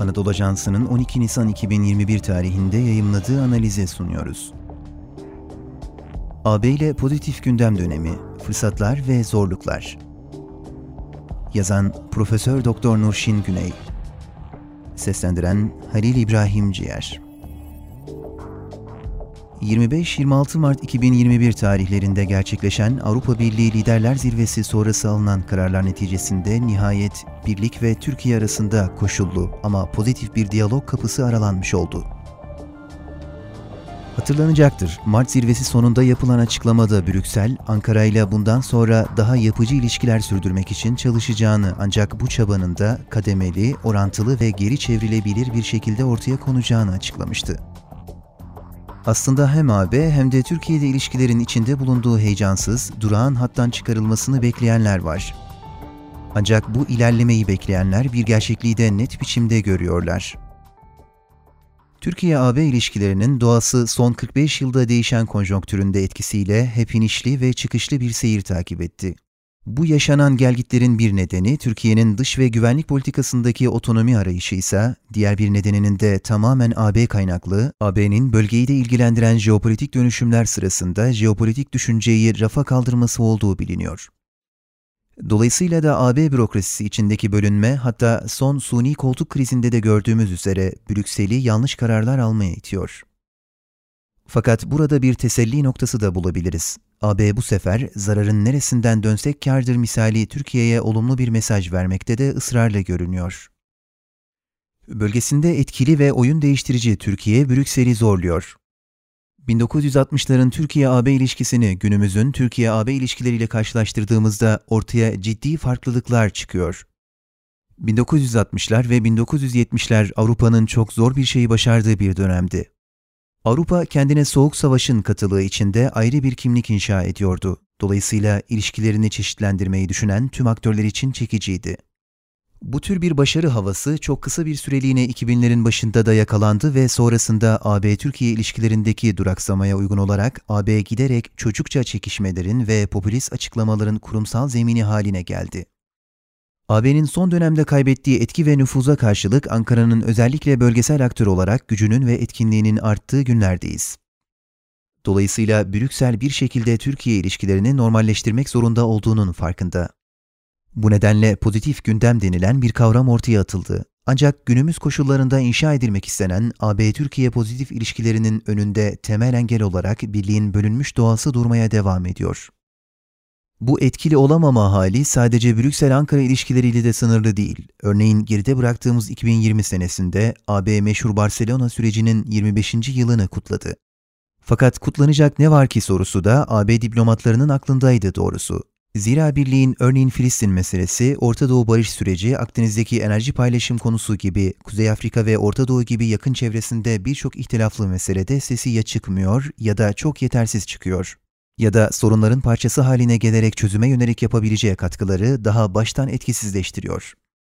Anadolu Ajansı'nın 12 Nisan 2021 tarihinde yayımladığı analize sunuyoruz. AB ile pozitif gündem dönemi, fırsatlar ve zorluklar. Yazan Profesör Doktor Nurşin Güney. Seslendiren Halil İbrahim Ciğer. 25-26 Mart 2021 tarihlerinde gerçekleşen Avrupa Birliği Liderler Zirvesi sonrası alınan kararlar neticesinde nihayet Birlik ve Türkiye arasında koşullu ama pozitif bir diyalog kapısı aralanmış oldu. Hatırlanacaktır, Mart zirvesi sonunda yapılan açıklamada Brüksel, Ankara ile bundan sonra daha yapıcı ilişkiler sürdürmek için çalışacağını ancak bu çabanın da kademeli, orantılı ve geri çevrilebilir bir şekilde ortaya konacağını açıklamıştı. Aslında hem AB hem de Türkiye'de ilişkilerin içinde bulunduğu heyecansız, durağan hattan çıkarılmasını bekleyenler var. Ancak bu ilerlemeyi bekleyenler bir gerçekliği de net biçimde görüyorlar. Türkiye-AB ilişkilerinin doğası son 45 yılda değişen konjonktüründe etkisiyle hep inişli ve çıkışlı bir seyir takip etti. Bu yaşanan gelgitlerin bir nedeni Türkiye'nin dış ve güvenlik politikasındaki otonomi arayışı ise diğer bir nedeninin de tamamen AB kaynaklı, AB'nin bölgeyi de ilgilendiren jeopolitik dönüşümler sırasında jeopolitik düşünceyi rafa kaldırması olduğu biliniyor. Dolayısıyla da AB bürokrasisi içindeki bölünme hatta son suni koltuk krizinde de gördüğümüz üzere Brüksel'i yanlış kararlar almaya itiyor. Fakat burada bir teselli noktası da bulabiliriz. AB bu sefer zararın neresinden dönsek kârdır misali Türkiye'ye olumlu bir mesaj vermekte de ısrarla görünüyor. Bölgesinde etkili ve oyun değiştirici Türkiye Brüksel'i zorluyor. 1960'ların Türkiye-AB ilişkisini günümüzün Türkiye-AB ilişkileriyle karşılaştırdığımızda ortaya ciddi farklılıklar çıkıyor. 1960'lar ve 1970'ler Avrupa'nın çok zor bir şeyi başardığı bir dönemdi. Avrupa kendine Soğuk Savaş'ın katılığı içinde ayrı bir kimlik inşa ediyordu. Dolayısıyla ilişkilerini çeşitlendirmeyi düşünen tüm aktörler için çekiciydi. Bu tür bir başarı havası çok kısa bir süreliğine 2000'lerin başında da yakalandı ve sonrasında AB-Türkiye ilişkilerindeki duraksamaya uygun olarak AB giderek çocukça çekişmelerin ve popülist açıklamaların kurumsal zemini haline geldi. AB'nin son dönemde kaybettiği etki ve nüfuza karşılık Ankara'nın özellikle bölgesel aktör olarak gücünün ve etkinliğinin arttığı günlerdeyiz. Dolayısıyla Brüksel bir şekilde Türkiye ilişkilerini normalleştirmek zorunda olduğunun farkında. Bu nedenle pozitif gündem denilen bir kavram ortaya atıldı. Ancak günümüz koşullarında inşa edilmek istenen AB-Türkiye pozitif ilişkilerinin önünde temel engel olarak birliğin bölünmüş doğası durmaya devam ediyor. Bu etkili olamama hali sadece Brüksel-Ankara ilişkileriyle de sınırlı değil. Örneğin geride bıraktığımız 2020 senesinde AB meşhur Barcelona sürecinin 25. yılını kutladı. Fakat kutlanacak ne var ki sorusu da AB diplomatlarının aklındaydı doğrusu. Zira birliğin örneğin Filistin meselesi, Orta Doğu barış süreci, Akdeniz'deki enerji paylaşım konusu gibi, Kuzey Afrika ve Orta Doğu gibi yakın çevresinde birçok ihtilaflı meselede sesi ya çıkmıyor ya da çok yetersiz çıkıyor. Ya da sorunların parçası haline gelerek çözüme yönelik yapabileceği katkıları daha baştan etkisizleştiriyor.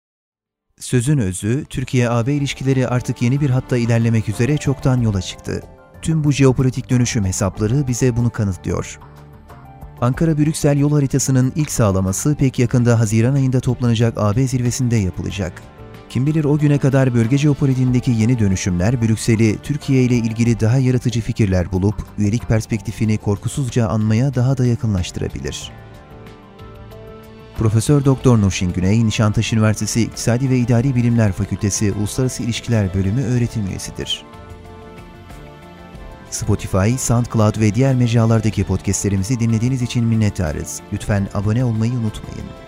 Sözün özü, Türkiye-AB ilişkileri artık yeni bir hatta ilerlemek üzere çoktan yola çıktı. Tüm bu jeopolitik dönüşüm hesapları bize bunu kanıtlıyor. Ankara-Brüksel yol haritasının ilk sağlaması pek yakında Haziran ayında toplanacak AB zirvesinde yapılacak. Kim bilir o güne kadar bölge jeopolitiğindeki yeni dönüşümler Brüksel'i Türkiye ile ilgili daha yaratıcı fikirler bulup üyelik perspektifini korkusuzca anmaya daha da yakınlaştırabilir. Profesör Doktor Nurşin Güney, Nişantaşı Üniversitesi İktisadi ve İdari Bilimler Fakültesi Uluslararası İlişkiler Bölümü öğretim üyesidir. Spotify, SoundCloud ve diğer mecralardaki podcastlerimizi dinlediğiniz için minnettarız. Lütfen abone olmayı unutmayın.